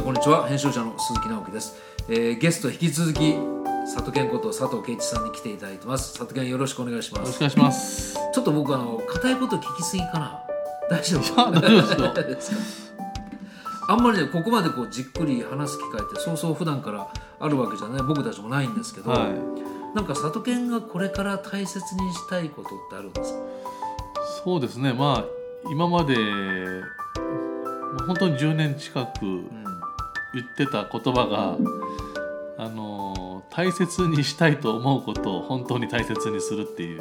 こんにちは、編集者の鈴木直樹です。ゲスト引き続き里健こと佐藤圭一さんに来ていただいてます。里健、よろしくお願いします。 よろしくお願いします。 ちょっと僕硬いこと聞きすぎかな。大丈夫？ 大丈夫ですよあんまりね、ここまでじっくり話す機会ってそうそう普段からあるわけじゃない、僕たちもないんですけど、なんか里健がこれから大切にしたいことってあるんですか？ そうですね、今まで本当に10年近く言ってた言葉が、大切にしたいと思うことを本当に大切にするっていう、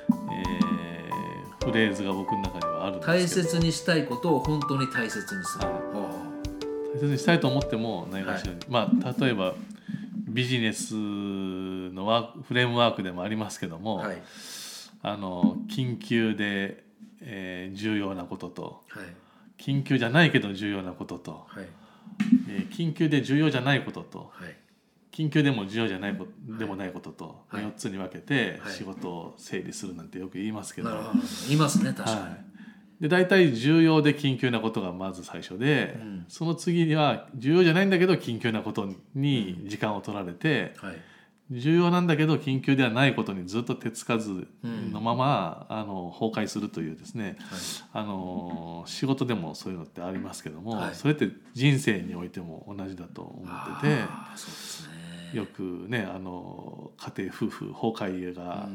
フレーズが僕の中にはあるんですけど、 大切にしたいことを本当に大切にする、 大切にしたいと思ってもないがしろに、例えばビジネスのフレームワークでもありますけども、緊急で、重要なことと、緊急じゃないけど重要なことと、緊急で重要じゃないことと、緊急でも重要じゃないこと、でもないことと、4つに分けて仕事を整理するなんてよく言いますけど、 言いますね、確かに。 で大体重要で緊急なことがまず最初で、その次には重要じゃないんだけど緊急なことに時間を取られて、重要なんだけど緊急ではないことにずっと手つかずのまま、崩壊するというですね、仕事でもそういうのってありますけども、それって人生においても同じだと思ってて、 そうですね、 よくね、家庭夫婦崩壊が、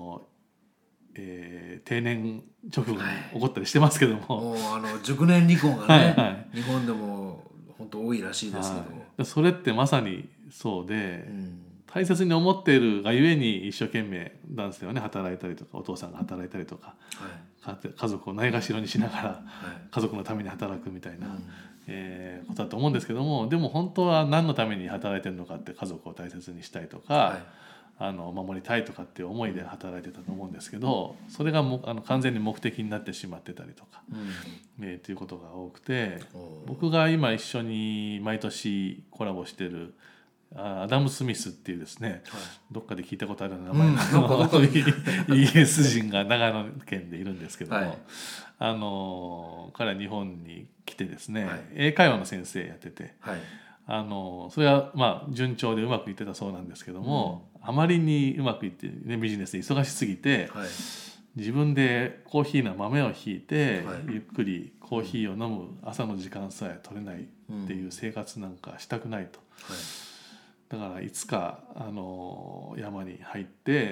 定年直後に起こったりしてますけども、 熟年離婚がね、日本でも本当多いらしいですけど、 それってまさにそうで、大切に思っているがゆえに一生懸命男性はね働いたりとか、お父さんが働いたりとか、家族をないがしろにしながら、家族のために働くみたいな、ことだと思うんですけども、でも本当は何のために働いてるのかって、家族を大切にしたいとか、守りたいとかっていう思いで働いてたと思うんですけど、それが完全に目的になってしまってたりとか、っていうことが多くて、僕が今一緒に毎年コラボしてるアダム・スミスっていうですね、どっかで聞いたことある名前のイギリス人が長野県でいるんですけども、彼は日本に来てですね、英会話の先生やってて、それは順調でうまくいってたそうなんですけども、あまりにうまくいって、ビジネスで忙しすぎて、自分でコーヒーの豆をひいて、ゆっくりコーヒーを飲む朝の時間さえ取れないっていう生活なんかしたくないと。だからいつか山に入って、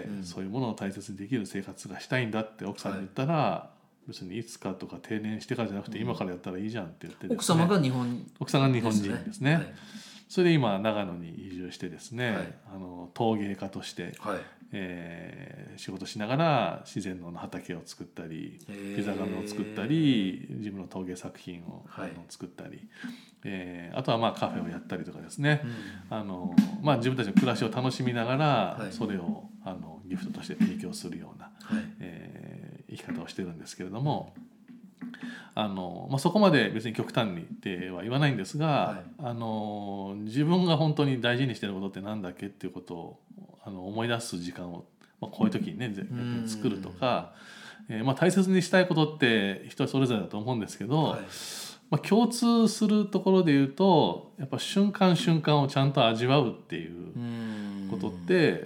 そういうものを大切にできる生活がしたいんだって奥さんに言ったら、別にいつかとか定年してからじゃなくて、今からやったらいいじゃんって言ってですね、 奥さんが日本人ですね。それで今長野に移住してですね、陶芸家として、仕事しながら自然の畑を作ったり、ピザ窯を作ったり、自分の陶芸作品を作ったり、あとはカフェをやったりとかですね、自分たちの暮らしを楽しみながら、それをギフトとして提供するような、生き方をしてるんですけれども、そこまで別に極端にっては言わないんですが、自分が本当に大事にしてることって何だっけっていうことを思い出す時間を、こういう時にね作るとか、大切にしたいことって人それぞれだと思うんですけど、共通するところで言うと、やっぱ瞬間瞬間をちゃんと味わうっていうことって、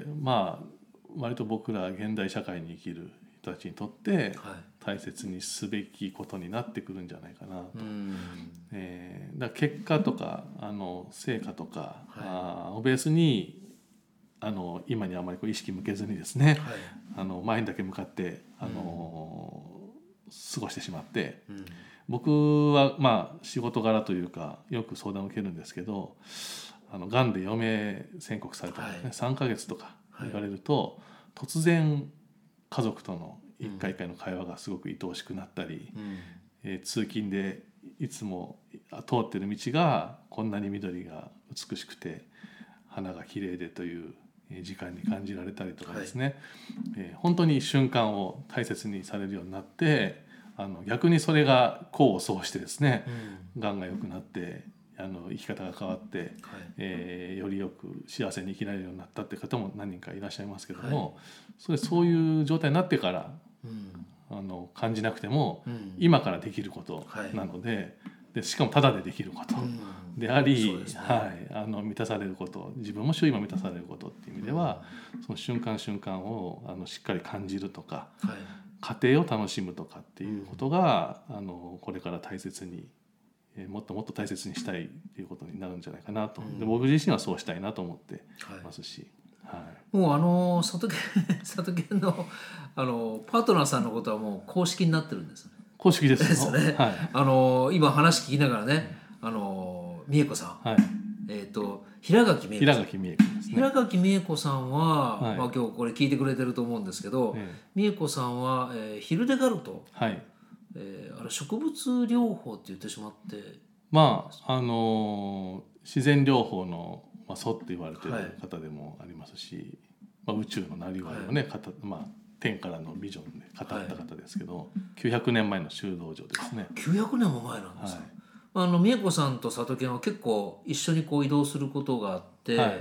割と僕ら現代社会に生きる人たちにとって大切にすべきことになってくるんじゃないかなと。だから結果とか成果とか、をベースに今にあまり意識向けずにですね、前にだけ向かって過ごしてしまって、僕は仕事柄というかよく相談を受けるんですけど、がんで余命宣告されたんですね、3ヶ月とか言われると、突然家族との一回一回の会話がすごく愛おしくなったり、通勤でいつも通ってる道がこんなに緑が美しくて花が綺麗でという時間に感じられたりとかですね、本当に瞬間を大切にされるようになって、逆にそれが功を奏してですね、がんが良くなって生き方が変わって、よりよく幸せに生きられるようになったって方も何人かいらっしゃいますけども、そういう状態になってから、感じなくても、今からできることなので、 でしかもタダでできることであり、満たされること、自分も今満たされることっていう意味では、その瞬間瞬間をしっかり感じるとか、過程を楽しむとかっていうことが、これから大切に、もっともっと大切にしたいっていうことになるんじゃないかなと、で僕自身はそうしたいなと思ってますし、 もう里見のパートナーさんのことはもう公式になってるんですよね。 公式ですね。今話聞きながらね、美恵子さん、平垣美恵子さん、平垣美恵子さんは、今日これ聞いてくれてると思うんですけど、美恵子さんは、ヒルデガルト、あれ植物療法って言ってしまって、 自然療法の祖って言われてる方でもありますし、宇宙のなりわいをね、天からのビジョンで語った方ですけど、900年前の修道女ですね。 900年も前なんですか。美恵子さんと里見は結構一緒に移動することがあって、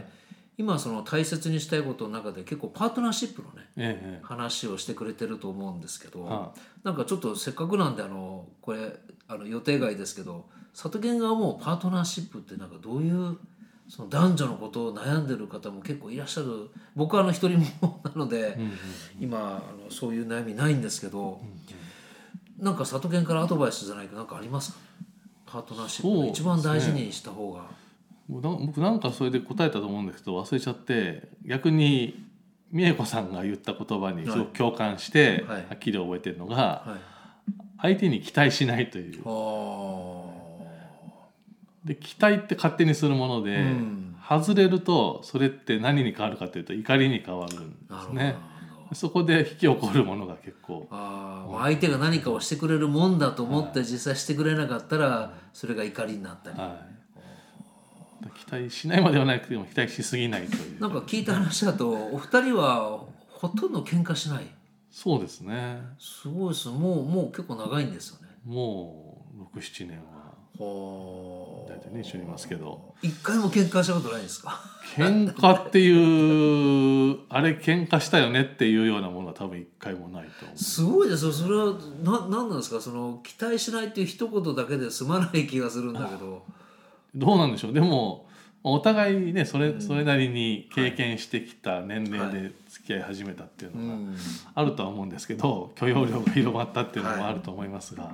今その大切にしたいことの中で結構パートナーシップのね、話をしてくれてると思うんですけど、なんかちょっとせっかくなんでこれ予定外ですけど、里見がもうパートナーシップってなんかどういうその男女のことを悩んでる方も結構いらっしゃる。僕は一人もなので、今そういう悩みないんですけど、なんか里見からアドバイスじゃないけどなんかありますか？パートナーシップを一番大事にした方が。 僕なんかそれで答えたと思うんですけど忘れちゃって、逆に美恵子さんが言った言葉にすごく共感して、はっきり覚えてるのが、相手に期待しないという。で期待って勝手にするもので、外れるとそれって何に変わるかというと怒りに変わるんですね。そこで引き起こるものが結構、 相手が何かをしてくれるもんだと思って実際してくれなかったらそれが怒りになったり、 期待しないまではなくても期待しすぎないという。 なんか聞いた話だとお二人はほとんど喧嘩しない。 そうですね。 すごいです。もう結構長いんですよね。 もう 6,7 年は大体ね一緒にいますけど、 一回も喧嘩したことないですか？ 喧嘩っていうあれ喧嘩したよねっていうようなものは多分一回もないと思う。 すごいですよ。それは何なんですか？その期待しないっていう一言だけで済まない気がするんだけど。 どうなんでしょう。でもお互いねそれなりに経験してきた年齢で付き合い始めたっていうのがあるとは思うんですけど、許容量が広まったっていうのもあると思いますが、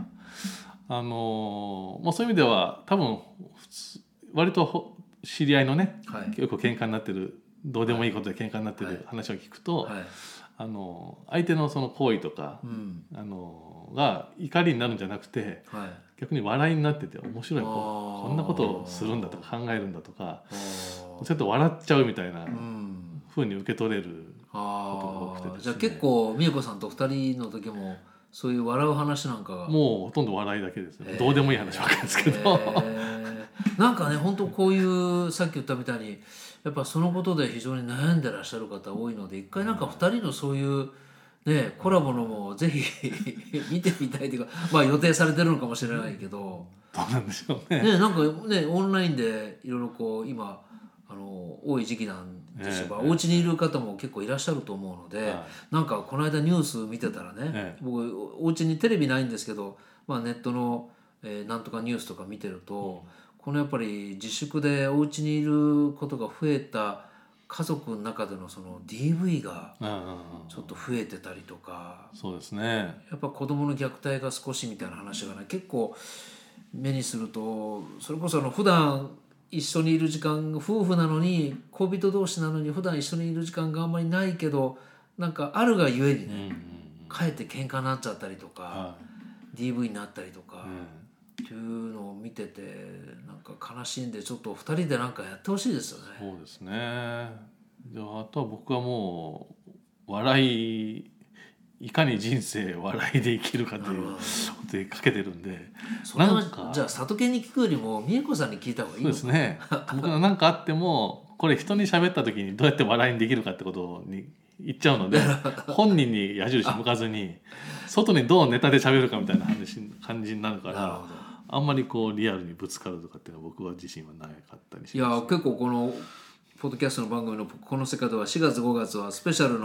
そういう意味では多分割と知り合いのね、結構喧嘩になってる、どうでもいいことで喧嘩になってる話を聞くと、相手のその行為とか、が怒りになるんじゃなくて、逆に笑いになってて面白い、こんなことをするんだとか考えるんだとか、ちょっと笑っちゃうみたいな風に受け取れることが多くてですね。 じゃあ結構美恵子さんと二人の時もそういう笑う話なんかがもうほとんど笑いだけですね。どうでもいい話ばっかりですけど、 なんかね本当こういうさっき言ったみたいにやっぱそのことで非常に悩んでらっしゃる方多いので、一回なんか二人のそういうねコラボのもぜひ見てみたいというか、予定されてるのかもしれないけど、 どうなんでしょうね。 なんかねオンラインでいろいろ今多い時期なんでしょうが、お家にいる方も結構いらっしゃると思うので、なんかこの間ニュース見てたらね、僕お家にテレビないんですけど、ネットの、なんとかニュースとか見てると、このやっぱり自粛でお家にいることが増えた家族の中でのその DV がちょっと増えてたりとか、 そうですね。 やっぱ子どもの虐待が少しみたいな話がね結構目にすると、それこそ普段一緒にいる時間、夫婦なのに恋人同士なのに普段一緒にいる時間があんまりないけど、なんかあるがゆえにね、かえって喧嘩になっちゃったりとか、DV になったりとか、っていうのを見ててなんか悲しいんで、ちょっと2人でなんかやってほしいですよね。 そうですね。であとは僕はもう笑い、いかに人生笑いで生きるかということでかけてるんで、 それはじゃあ里見に聞くよりも美恵子さんに聞いた方がいいのかな。 そうですね。僕が何かあってもこれ人に喋った時にどうやって笑いにできるかってことに言っちゃうので本人に矢印向かずに外にどうネタで喋るかみたいな感じになるから、あんまりこうリアルにぶつかるとかっていうのは僕は自身はなかったりします。 いや結構このポッドキャストの番組のこの世界では4月5月はスペシャルの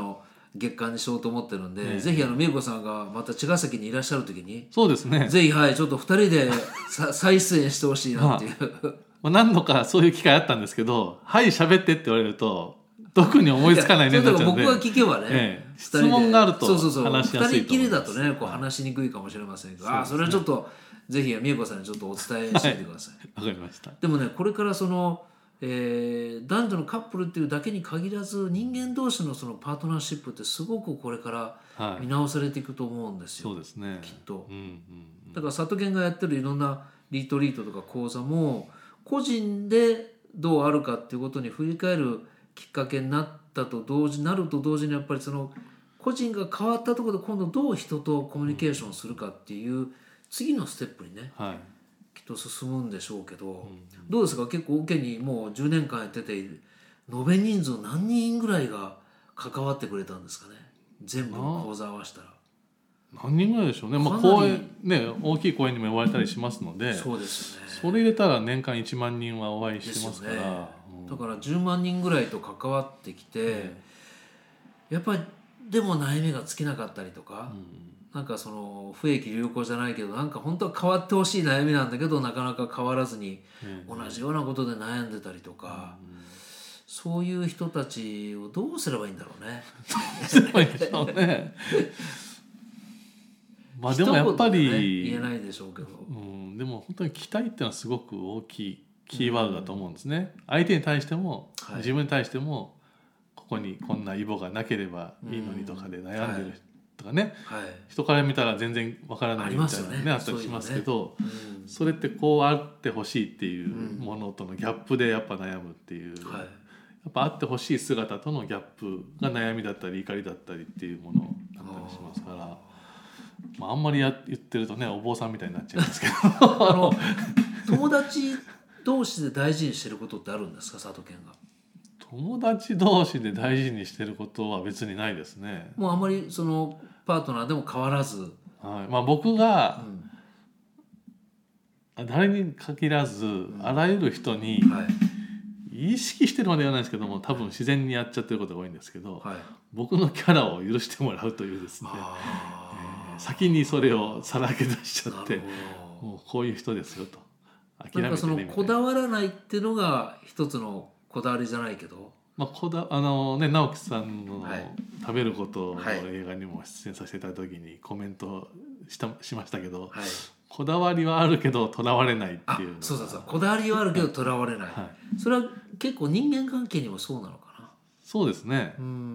月間にしようと思ってるんで、ぜひ美恵子さんがまた茅ヶ崎にいらっしゃる時にそうですね、 ぜひ、はい、ちょっと2人で再出演してほしいなっていう、 何度かそういう機会あったんですけど、はい喋ってって言われると特に思いつかないねになっちゃうんで、 僕が聞けばね、 質問があると話しやすいと思います。 2人きりだとねこう話しにくいかもしれませんけど、それはちょっとぜひ美恵子さんにちょっとお伝えしてみてください。 わかりました。 でもねこれから男女のカップルっていうだけに限らず人間同士のそのパートナーシップってすごくこれから見直されていくと思うんですよ、 そうですね、 きっと、だから里見がやってるいろんなリトリートとか講座も個人でどうあるかっていうことに振り返るきっかけになると同時にやっぱりその個人が変わったところで今度どう人とコミュニケーションするかっていう次のステップにね、きっと進むんでしょうけど、どうですか、結構受けにもう10年間やってて延べ人数何人ぐらいが関わってくれたんですかね、全部の講座合わせたら。 何人ぐらいでしょうね、公演ね、大きい公演にも呼ばれたりしますので、 そうですよね、 それ入れたら年間1万人はお会いしてますから、 だから10万人ぐらいと関わってきて、やっぱりでも悩みが尽きなかったりとか、なんかその不益流行じゃないけどなんか本当は変わってほしい悩みなんだけどなかなか変わらずに同じようなことで悩んでたりとか、そういう人たちをどうすればいいんだろうね。 そうでしょうね。でもやっぱり、 言えないでしょうけど、 でも本当に期待っていうのはすごく大きいキーワードだと思うんですね。相手に対しても、自分に対してもここにこんなイボがなければいいのにとかで悩んでるとかね、人から見たら全然わからないみたいなねあったりしますけど、それってこうあってほしいっていうものとのギャップでやっぱ悩むっていう、やっぱあってほしい姿とのギャップが悩みだったり怒りだったりっていうものだったりしますから。あんまり言ってるとねお坊さんみたいになっちゃいますけど友達同士で大事にしてることってあるんですか、佐藤健が。 友達同士で大事にしてることは別にないですね。 もうあまりそのパートナーでも変わらず、 僕が、誰に限らず、あらゆる人に、意識してるまではないですけども多分自然にやっちゃってることが多いんですけど、僕のキャラを許してもらうというですね、先にそれをさらけ出しちゃってもうこういう人ですよと諦めてねみたいな。 なんかそのこだわらないっていうのが一つのこだわりじゃないけど、 直樹さんの食べることの映画にも出演させていただいた時にコメントしましたけど、こだわりはあるけどとらわれないっていうのが。 そうこだわりはあるけどとらわれない、それは結構人間関係にもそうなのかな。 そうですね。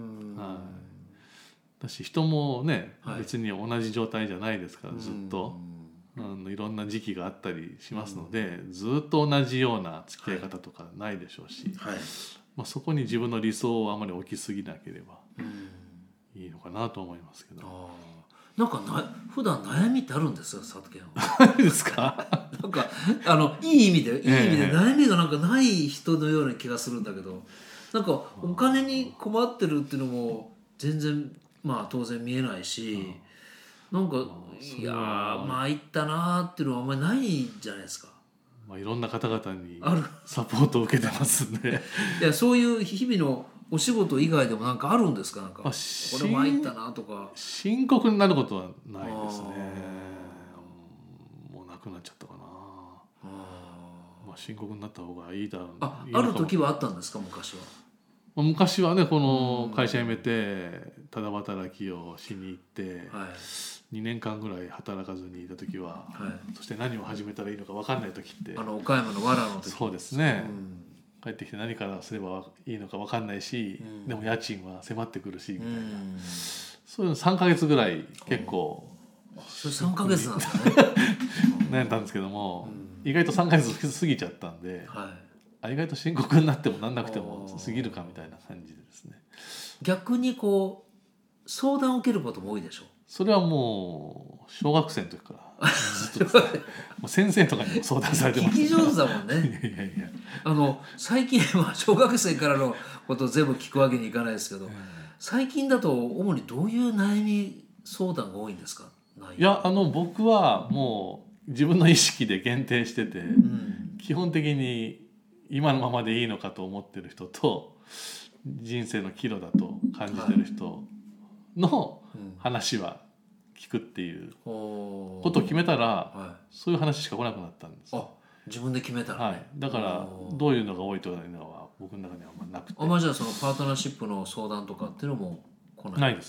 だし人もね、別に同じ状態じゃないですから、ずっといろんな時期があったりしますので、ずっと同じような付き合い方とかないでしょうし、そこに自分の理想をあまり置きすぎなければいいのかなと思いますけど。 なんか普段悩みってあるんですか、佐藤健は。 何ですかなんかいい意味で悩みがなんかない人のような気がするんだけど、なんかお金に困ってるっていうのも全然当然見えないし、なんかいや参ったなーっていうのはあんまりないじゃないですか。 いろんな方々にサポートを受けてますんでいやそういう日々のお仕事以外でもなんかあるんですか、なんかこれ参ったなとか。 深刻になることはないですね。もうなくなっちゃったかな。深刻になった方がいいだろう。 ある時はあったんですか、昔は。 昔はね、この会社辞めてただ働きをしに行って、2年間ぐらい働かずにいた時は、そして何を始めたらいいのか分かんない時って、 岡山の藁の時。 そうですね、帰ってきて何からすればいいのか分かんないし、でも家賃は迫ってくるしみたいな、そういうの3ヶ月ぐらい結構それ3ヶ月なんだね悩んだんですけども、意外と3ヶ月過ぎちゃったんで、意外と深刻になってもなんなくても過ぎるかみたいな感じでですね。 逆にこう相談を受けることも多いでしょ。 それはもう小学生の時からずっとですねもう先生とかにも相談されてました。 聞き上手だもんね最近は小学生からのことを全部聞くわけにいかないですけど、最近だと主にどういう悩み相談が多いんですか。 いや僕はもう自分の意識で限定してて、基本的に今のままでいいのかと思ってる人と人生の岐路だと感じてる人の話は聞くっていうことを決めたら、そういう話しか来なくなったんです。 自分で決めたらね、 だからどういうのが多いというのは僕の中にはあんまなくて。 じゃあそのパートナーシップの相談とかっていうのも来ない？ ないです。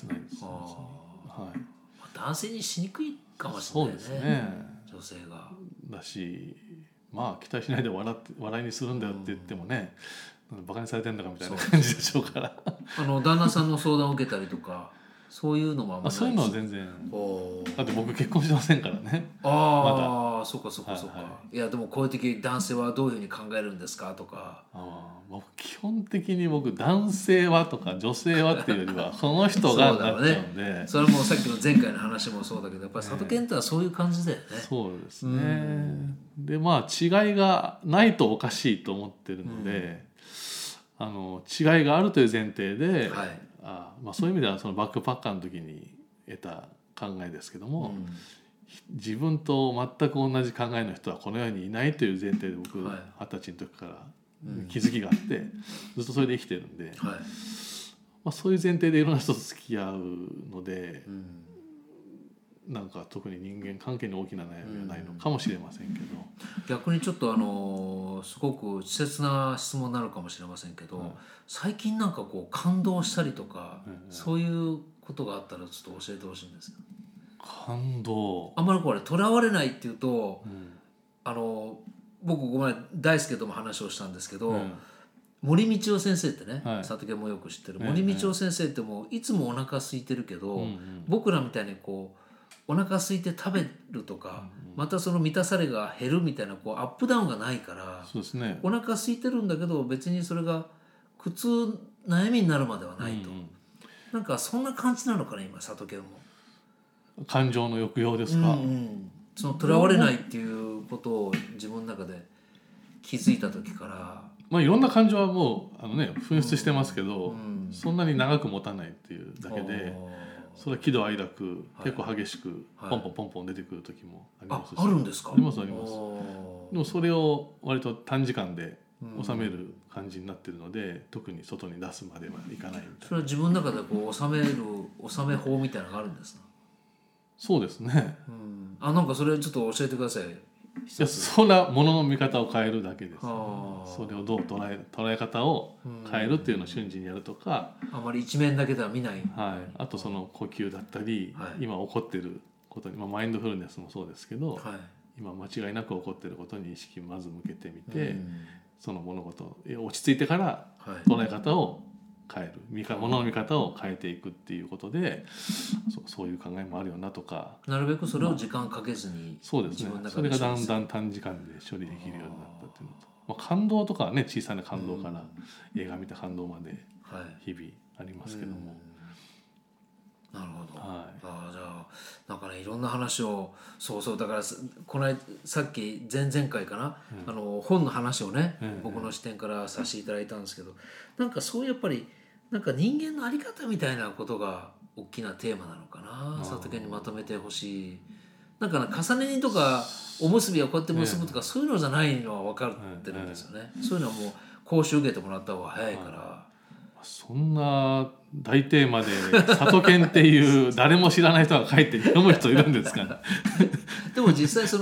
男性にしにくいかもしれないね。そうですね。女性がだし、期待しないで笑いにするんだよって言ってもね、バカにされてんだかみたいな感じでしょうから。 旦那さんの相談を受けたりとかそういうのもあんまりないし。 そういうのは全然。だって僕結婚してませんからね。 そうか。いやでもこういう時男性はどういうふうに考えるんですかとか。 基本的に男性はとか女性はっていうよりはその人がなっちゃうんで。 それもさっきの前回の話もそうだけど、やっぱり佐渡健太はそういう感じだよね。 そうですね。で違いがないとおかしいと思ってるので、違いがあるという前提で、そういう意味ではそのバックパッカーの時に得た考えですけども、自分と全く同じ考えの人はこの世にいないという前提で僕20歳の時から気づきがあってずっとそれで生きてるんで、そういう前提でいろんな人と付き合うので、なんか特に人間関係に大きな悩みはないのかもしれませんけど、 逆にちょっとすごく稚拙な質問になるかもしれませんけど、最近なんかこう感動したりとか、そういうことがあったらちょっと教えてほしいんですよ。 感動。 あんまりこれとらわれないっていうと、僕ごめん大輔とも話をしたんですけど、森道夫先生ってね、佐竹もよく知ってる森道夫先生ってもういつもお腹空いてるけど、僕らみたいにこうお腹空いて食べるとか、またその満たされが減るみたいなこうアップダウンがないから、 そうですね、 お腹空いてるんだけど別にそれが苦痛悩みになるまではないと、なんかそんな感じなのかね今佐竹も。 感情の抑揚ですか。 そのとらわれないっていうことを自分の中で気づいた時から、 いろんな感情はもう噴出してますけど、そんなに長く持たないっていうだけで、それは喜怒哀楽結構激しくポンポン出てくる時もありますし。 あるんですか。 あります。でもそれを割と短時間で収める感じになってるので、特に外に出すまではいかないみたいな。 それは自分の中でこう収め法みたいなのがあるんですか。 そうですね。 なんかそれちょっと教えてください。 そんなものの見方を変えるだけです。それをどう捉え方を変えるっていうのを瞬時にやるとか、 あまり一面だけでは見ない。 あとその呼吸だったり、今起こってることに、マインドフルネスもそうですけど、今間違いなく起こってることに意識をまず向けてみて、その物事落ち着いてから捉え方を変える、物の見方を変えていくっていうことで、そういう考えもあるよなとか。 なるべくそれを時間かけずに、 そうですね。それがだんだん短時間で処理できるようになったっていうのと、感動とかはね、小さな感動から映画見た感動まで日々ありますけども。 なるほど。じゃあなんかね、いろんな話をだからさっき前々回かな、本の話をね、僕の視点からさせていただいたんですけど、なんかそういうやっぱりなんか人間の在り方みたいなことが大きなテーマなのかな。佐竹にまとめてほしい。なんか重ね煮とかおむすびをこうやって結ぶとか、そういうのじゃないのは分かってるんですよね。そういうのはもう講習受けてもらった方が早いから。 そんな大テーマで佐渡県っていう誰も知らない人が書いて読む人いるんですかね。 でも実際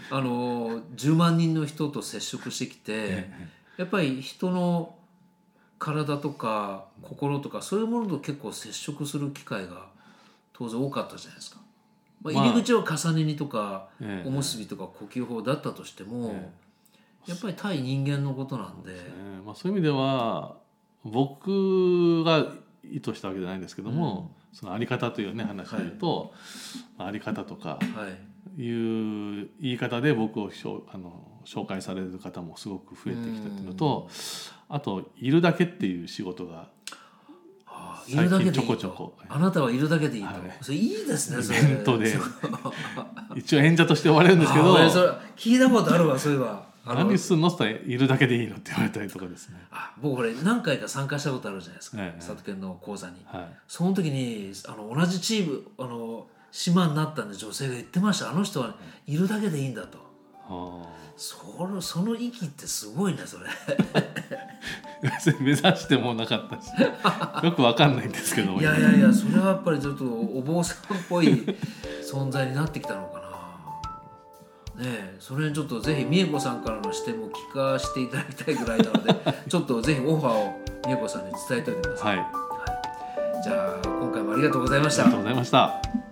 10万人の人と接触してきて、やっぱり人の体とか心とかそういうものと結構接触する機会が当然多かったじゃないですか。入り口は重ね煮とかおむすびとか呼吸法だったとしても、やっぱり対人間のことなんで、 そういう意味では僕が意図したわけじゃないんですけども、そのあり方というね話で言うと、あり方とかいう言い方で僕を紹介される方もすごく増えてきたっていうのと、あといるだけっていう仕事が最近ちょこちょこ。 あなたはいるだけでいいと。それいいですね。それイベントで一応演者として呼ばれるんですけど、 それ聞いたことあるわ。そういえば何すんのって言ったらいるだけでいいのって言われたりとかですね。 僕これ何回か参加したことあるじゃないですか、佐渡県の講座に。その時に同じチーム島になったんで女性が言ってました。あの人はいるだけでいいんだと。 その域ってすごいねそれ目指してもなかったしよくわかんないんですけどいやそれはやっぱりちょっとお坊さんっぽい存在になってきたのかなねえ。それにちょっとぜひ美恵子さんからの視点も聞かせていただきたいぐらいなのでちょっとぜひオファーを美恵子さんに伝えておいてください、はい、じゃあ今回もありがとうございました。 ありがとうございました。